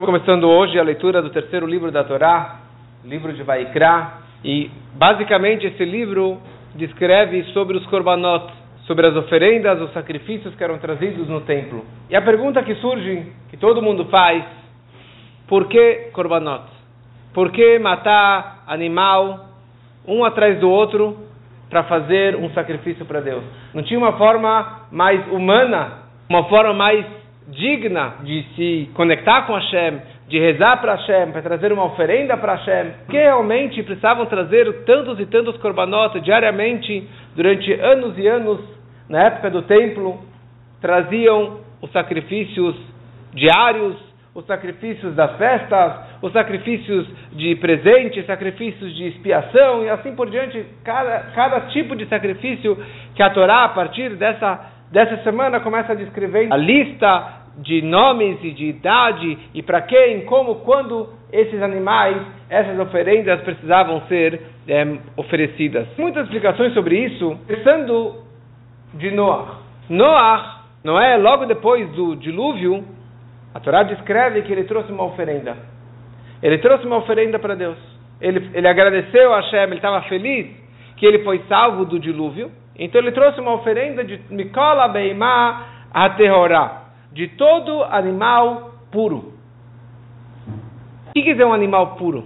Começando hoje a leitura do terceiro livro da Torá, livro de Vaikra, e basicamente esse livro descreve sobre os korbanot, sobre as oferendas, os sacrifícios que eram trazidos no templo. E a pergunta que surge, que todo mundo faz, por que korbanot? Por que matar animal um atrás do outro para fazer um sacrifício para Deus? Não tinha uma forma mais humana, uma forma mais digna de se conectar com Hashem, de rezar para Hashem, para trazer uma oferenda para Hashem, que realmente precisavam trazer tantos e tantos korbanot diariamente, durante anos e anos, na época do templo, traziam os sacrifícios diários, os sacrifícios das festas, os sacrifícios de presente, sacrifícios de expiação, e assim por diante, cada tipo de sacrifício que a Torá, a partir dessa semana, começa descrevendo a lista de nomes e de idade, e para quem, como, quando esses animais, essas oferendas precisavam ser oferecidas. Muitas explicações sobre isso, começando de Noé, logo depois do dilúvio, a Torá descreve que ele trouxe uma oferenda. Ele trouxe uma oferenda para Deus. Ele agradeceu a Hashem, ele estava feliz que ele foi salvo do dilúvio. Então ele trouxe uma oferenda de Mikol Beimá Aterorá, de todo animal puro. O que quer dizer um animal puro?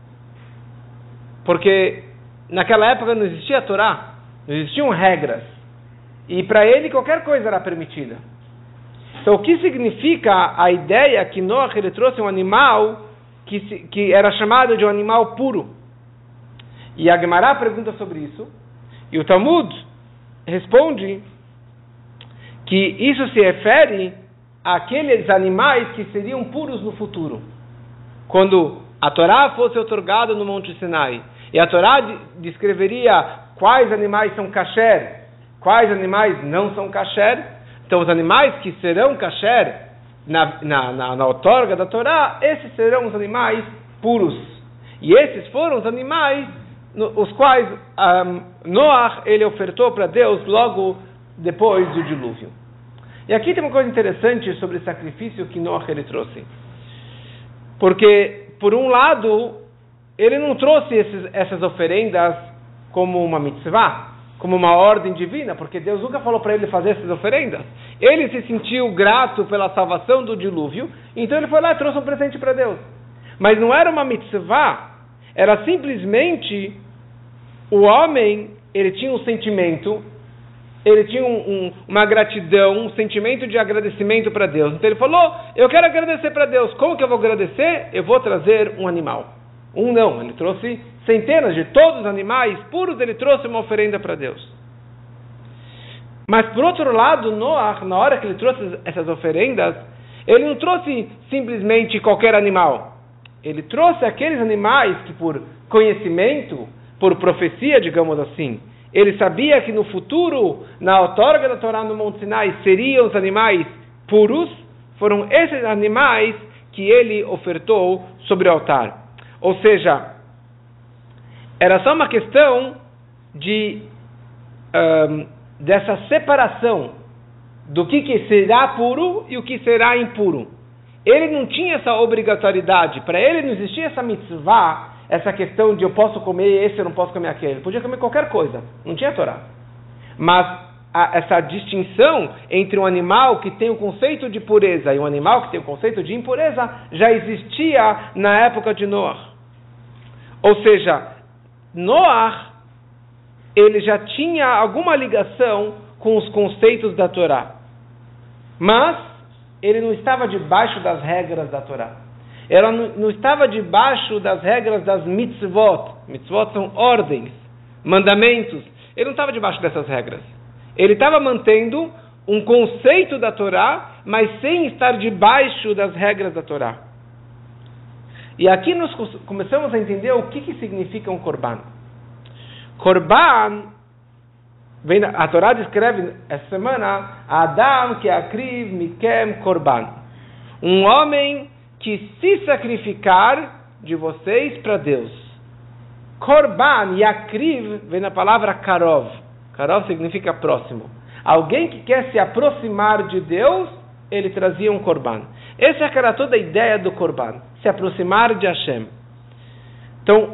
Porque naquela época não existia a Torá, não existiam regras. E para ele qualquer coisa era permitida. Então o que significa a ideia que Noé ele trouxe um animal que era chamado de um animal puro? E a Gemara pergunta sobre isso. E o Talmud responde que isso se refere àqueles animais que seriam puros no futuro. Quando a Torá fosse otorgada no Monte Sinai, e a Torá descreveria quais animais são kasher, quais animais não são kasher, então os animais que serão kasher na outorga da Torá, esses serão os animais puros. E esses foram os animais os quais Noé ele ofertou para Deus logo depois do dilúvio. E aqui tem uma coisa interessante sobre o sacrifício que Noé ele trouxe. Porque, por um lado, ele não trouxe essas oferendas como uma mitzvah, como uma ordem divina, porque Deus nunca falou para ele fazer essas oferendas. Ele se sentiu grato pela salvação do dilúvio, então ele foi lá e trouxe um presente para Deus. Mas não era uma mitzvah, era simplesmente o homem, ele tinha um sentimento, ele tinha uma gratidão, um sentimento de agradecimento para Deus. Então ele falou, eu quero agradecer para Deus. Como que eu vou agradecer? Eu vou trazer um animal. Um não, ele trouxe centenas de todos os animais puros, ele trouxe uma oferenda para Deus. Mas por outro lado, Noé, na hora que ele trouxe essas oferendas, ele não trouxe simplesmente qualquer animal. Ele trouxe aqueles animais que por conhecimento, por profecia, digamos assim, ele sabia que no futuro, na outorga da Torá no Monte Sinai, seriam os animais puros. Foram esses animais que ele ofertou sobre o altar. Ou seja, era só uma questão dessa separação do que será puro e o que será impuro. Ele não tinha essa obrigatoriedade, para ele não existia essa mitzvah, essa questão de eu posso comer esse, eu não posso comer aquele. Ele podia comer qualquer coisa, não tinha Torá. Mas essa distinção entre um animal que tem o conceito de pureza e um animal que tem o conceito de impureza já existia na época de Noé. Ou seja, Noé ele já tinha alguma ligação com os conceitos da Torá. Mas ele não estava debaixo das regras da Torá. Ela não estava debaixo das regras das mitzvot. Mitzvot são ordens, mandamentos. Ele não estava debaixo dessas regras. Ele estava mantendo um conceito da Torá, mas sem estar debaixo das regras da Torá. E aqui nós começamos a entender o que significa um korban. Korban, a Torá descreve essa semana, Adam que akriv mikem korban. Um homem que se sacrificar de vocês para Deus. Korban e akriv vem na palavra karov. Karov significa próximo. Alguém que quer se aproximar de Deus ele trazia um korban. Essa era toda a ideia do korban, se aproximar de Hashem. Então,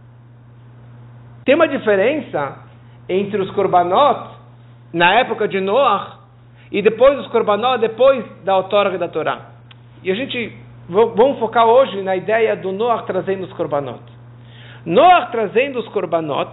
tem uma diferença entre os korbanot na época de Noach e depois os korbanot depois da outorga da Torá. E a gente vamos focar hoje na ideia do Noach trazendo os korbanot. Noach trazendo os korbanot,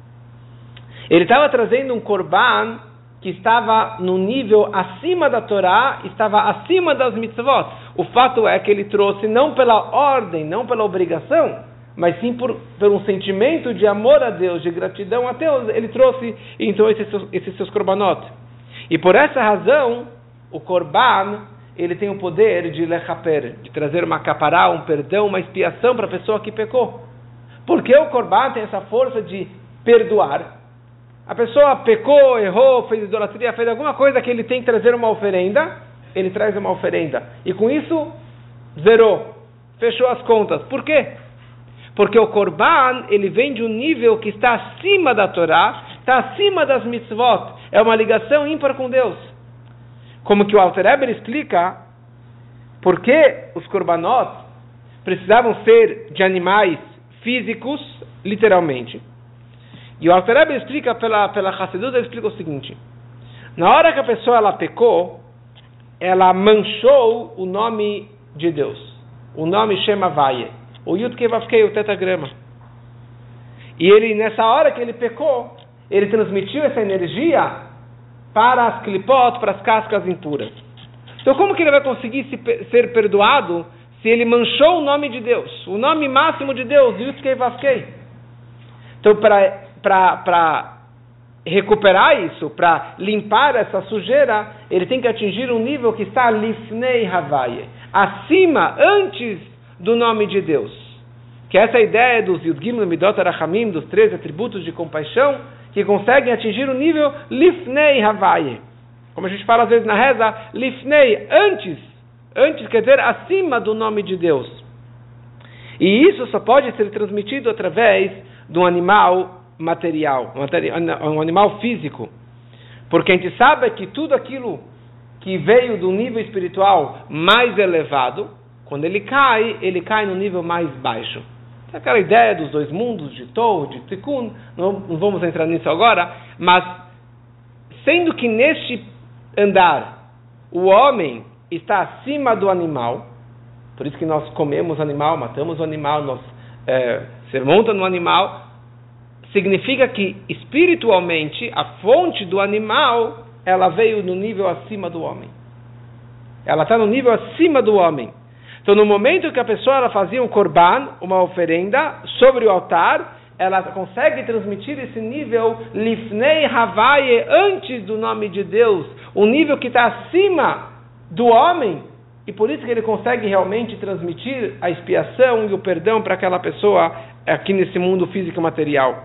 ele estava trazendo um korban que estava no nível acima da Torá, estava acima das mitzvot. O fato é que ele trouxe não pela ordem, não pela obrigação, mas sim por um sentimento de amor a Deus, de gratidão a Deus, ele trouxe então esses seus korbanot. E por essa razão, o korban, ele tem o poder de lechaper, de trazer uma capará, um perdão, uma expiação para a pessoa que pecou. Porque o korban tem essa força de perdoar. A pessoa pecou, errou, fez idolatria, fez alguma coisa que ele tem que trazer uma oferenda, ele traz uma oferenda. E com isso, zerou, fechou as contas. Por quê? Porque o korban, ele vem de um nível que está acima da Torá, está acima das mitzvot. É uma ligação ímpar com Deus. Como que o Alter Rebbe explica, por que os korbanot precisavam ser de animais físicos, literalmente. E o Alter Rebbe explica pela Hassidut, ele explica o seguinte: na hora que a pessoa ela pecou, ela manchou o nome de Deus, o nome Shem Havai, o Yud Kei Vav Kei, o tetagrama. E ele, nessa hora que ele pecou, ele transmitiu essa energia para as klipot, para as cascas impuras. Então como que ele vai conseguir ser perdoado se ele manchou o nome de Deus, o nome máximo de Deus, Yud Kei Vav Kei? Então para recuperar isso, para limpar essa sujeira, ele tem que atingir um nível que está Lifnei Havai, acima, antes do nome de Deus. Que essa ideia dos Yud Gimel Midot Arachamim, dos 13 atributos de compaixão, que conseguem atingir o nível Lifnei Havai. Como a gente fala às vezes na reza, Lifnei, antes quer dizer acima do nome de Deus. E isso só pode ser transmitido através de um animal material, um animal físico. Porque a gente sabe que tudo aquilo que veio do nível espiritual mais elevado, quando ele cai no nível mais baixo. Aquela ideia dos dois mundos, de Tou, de Tikkun, não vamos entrar nisso agora, mas sendo que neste andar o homem está acima do animal, por isso que nós comemos animal, matamos o animal, se monta no animal, significa que espiritualmente a fonte do animal, ela veio no nível acima do homem. Ela está no nível acima do homem. Então no momento que a pessoa ela fazia um korban, uma oferenda, sobre o altar, ela consegue transmitir esse nível Lifnei Havai, antes do nome de Deus, um nível que está acima do homem, e por isso que ele consegue realmente transmitir a expiação e o perdão para aquela pessoa aqui nesse mundo físico e material.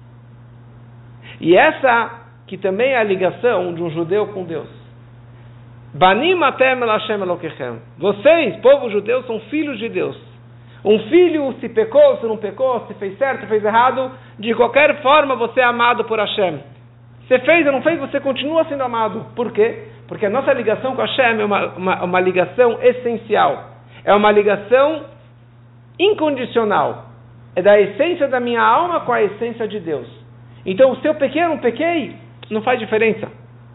E essa que também é a ligação de um judeu com Deus. Banim atem el Hashem Elokechem. Vocês, povo judeu, são filhos de Deus. Um filho, se pecou, se não pecou, se fez certo, se fez errado, de qualquer forma você é amado por Hashem. Se fez ou não fez, você continua sendo amado. Por quê? Porque a nossa ligação com Hashem é uma ligação essencial. É uma ligação incondicional. É da essência da minha alma com a essência de Deus. Então, se eu pequei ou não pequei, não faz diferença.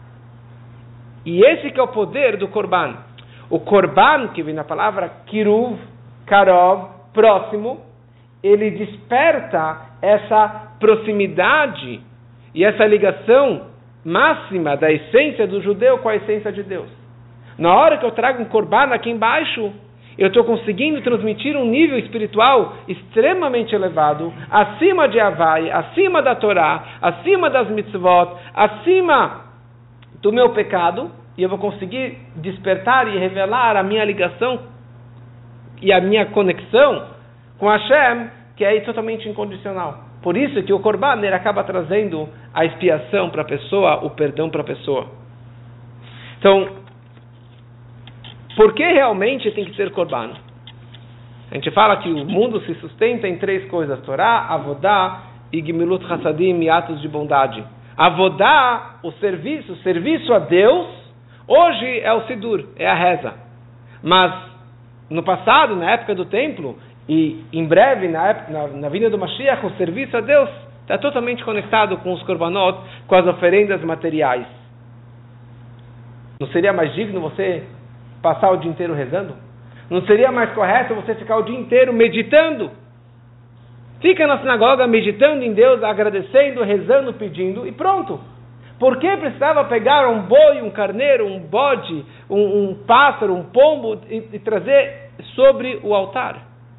E esse que é o poder do Korban. O Korban, que vem na palavra Kiruv, Karov, próximo, ele desperta essa proximidade e essa ligação máxima da essência do judeu com a essência de Deus. Na hora que eu trago um Korban aqui embaixo, eu estou conseguindo transmitir um nível espiritual extremamente elevado, acima de Havai, acima da Torá, acima das mitzvot, acima do meu pecado, e eu vou conseguir despertar e revelar a minha ligação e a minha conexão com Hashem, que é totalmente incondicional. Por isso que o Korban ele acaba trazendo a expiação para a pessoa, o perdão para a pessoa. Então, por que realmente tem que ser Korban? A gente fala que o mundo se sustenta em 3 coisas: Torá, Avodá e Gemilut Hassadim, e atos de bondade. Avodá, o serviço a Deus, Hoje é o Sidur, é a reza. Mas no passado, na época do templo, e em breve, na vinda do Mashiach, o serviço a Deus está totalmente conectado com os korbanot, com as oferendas materiais. Não seria mais digno você passar o dia inteiro rezando? Não seria mais correto você ficar o dia inteiro meditando? Fica na sinagoga meditando em Deus, agradecendo, rezando, pedindo e pronto. Por que precisava pegar um boi, um carneiro, um bode, um pássaro, um pombo e trazer sobre o altar?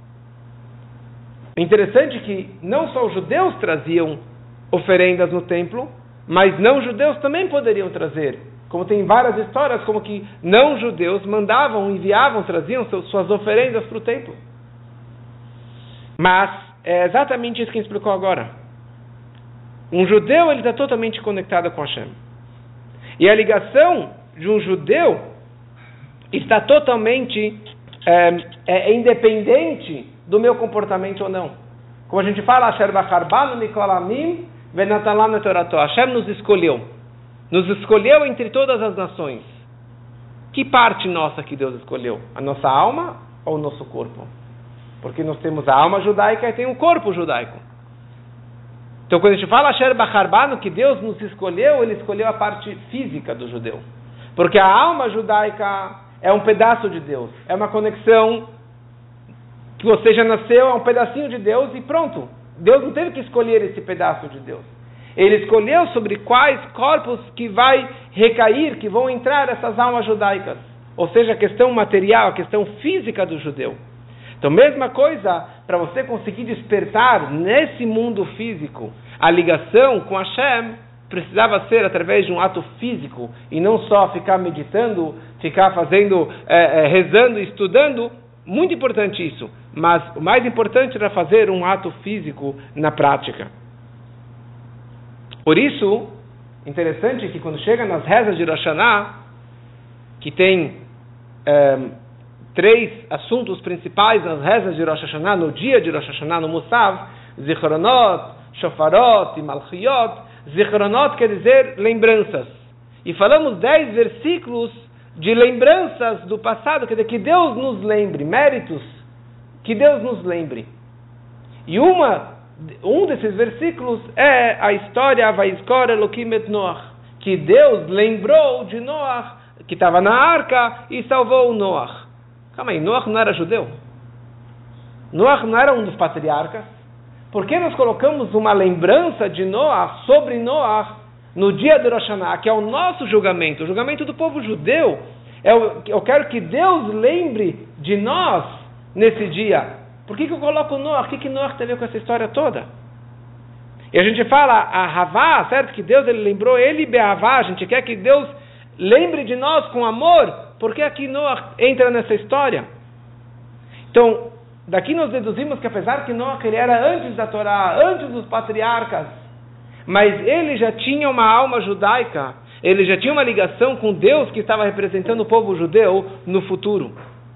É interessante que não só os judeus traziam oferendas no templo, mas não judeus também poderiam trazer. Como tem várias histórias, como que não judeus mandavam, enviavam, traziam suas oferendas para o templo. Mas é exatamente isso que ele explicou agora. Um judeu, ele está totalmente conectado com Hashem. E a ligação de um judeu está totalmente independente do meu comportamento ou não. Como a gente fala, Hashem nos escolheu. Nos escolheu entre todas as nações. Que parte nossa que Deus escolheu? A nossa alma ou o nosso corpo? Porque nós temos a alma judaica e tem o corpo judaico. Então, quando a gente fala Asher Bacharbanu, que Deus nos escolheu, Ele escolheu a parte física do judeu. Porque a alma judaica é um pedaço de Deus. É uma conexão que você já nasceu, é um pedacinho de Deus e pronto. Deus não teve que escolher esse pedaço de Deus. Ele escolheu sobre quais corpos que vai recair, que vão entrar essas almas judaicas. Ou seja, a questão material, a questão física do judeu. Então, mesma coisa, para você conseguir despertar nesse mundo físico a ligação com Hashem, precisava ser através de um ato físico, e não só ficar meditando, ficar fazendo, rezando, estudando. Muito importante isso, mas o mais importante era fazer um ato físico na prática. Por isso, interessante que quando chega nas rezas de Rosh Hashanah, que tem 3 assuntos principais nas rezas de Rosh Hashanah, no dia de Rosh Hashanah, no Musaf, Zichronot, Shofarot e Malchiot. Zichronot quer dizer lembranças. E falamos 10 versículos de lembranças do passado, quer dizer, que Deus nos lembre, méritos, que Deus nos lembre. E um desses versículos é a história Vaiskor Elokim et Noach, que Deus lembrou de Noach, que estava na arca e salvou o Noach. Calma aí, Noach não era judeu? Noach não era um dos patriarcas? Por que nós colocamos uma lembrança de Noach sobre Noach no dia de Rosh Hashanah, que é o nosso julgamento, o julgamento do povo judeu? Eu quero que Deus lembre de nós nesse dia. Por que eu coloco Noach? O que Noach tem a ver com essa história toda? E a gente fala, a Havá, certo? Que Deus ele lembrou ele e Behavá. A gente quer que Deus lembre de nós com amor. Por que aqui Noach entra nessa história? Então, daqui nós deduzimos que apesar que Noach ele era antes da Torá, antes dos patriarcas, mas ele já tinha uma alma judaica, ele já tinha uma ligação com Deus que estava representando o povo judeu no futuro.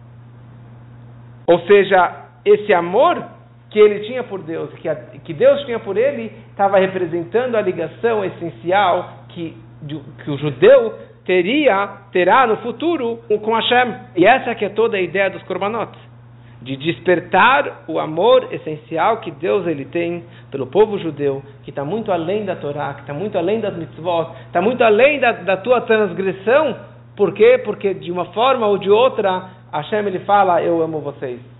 Ou seja, esse amor que ele tinha por Deus, que Deus tinha por ele, estava representando a ligação essencial que o judeu terá no futuro com Hashem. E essa que é toda a ideia dos korbanot, de despertar o amor essencial que Deus ele tem pelo povo judeu, que está muito além da Torá, que está muito além das mitzvot, está muito além da tua transgressão. Por quê? Porque de uma forma ou de outra, Hashem ele fala, eu amo vocês.